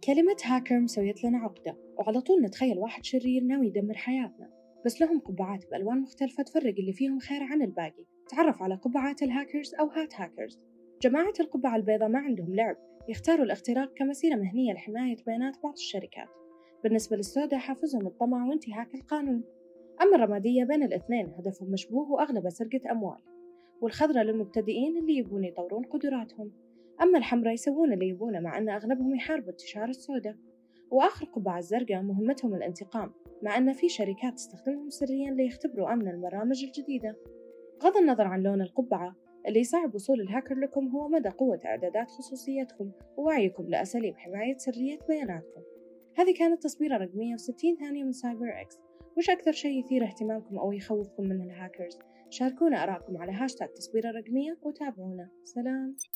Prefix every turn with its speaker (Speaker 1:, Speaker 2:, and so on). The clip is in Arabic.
Speaker 1: كلمة هاكر مسويت لنا عقدة، وعلى طول نتخيل واحد شرير ناوي يدمر حياتنا، بس لهم قبعات بألوان مختلفة تفرق اللي فيهم خير عن الباقي. تعرف على قبعات الهاكرز أو هات هاكرز. جماعة القبعة البيضاء ما عندهم لعب، يختاروا الاختراق كمسيرة مهنية لحماية بيانات بعض الشركات. بالنسبة للسوداء حافزهم الطمع وانتهاك القانون. أما الرمادية بين الاثنين، هدفهم مشبوه وأغلبه سرقة أموال. والخضراء للمبتدئين اللي يبون يطورون قدراتهم. أما الحمراء يسوون اللي يبونه، مع أن أغلبهم يحاربوا انتشار السوداء. وآخر قبعة الزرقاء مهمتهم الانتقام، مع أن في شركات تستخدمهم سرياً ليختبروا أمن البرامج الجديدة. بغض النظر عن لون القبعة، اللي يصعب وصول الهاكر لكم هو مدى قوة إعدادات خصوصيتكم ووعيكم لأساليب حماية سرية بياناتكم. هذه كانت تصبيرة رقمية و60 ثانية من سايبر إكس. وش أكثر شيء يثير اهتمامكم أو يخوفكم من الهاكرز؟ شاركونا آراءكم على هاشتاغ تصبيرة رقمية وتابعونا. سلام.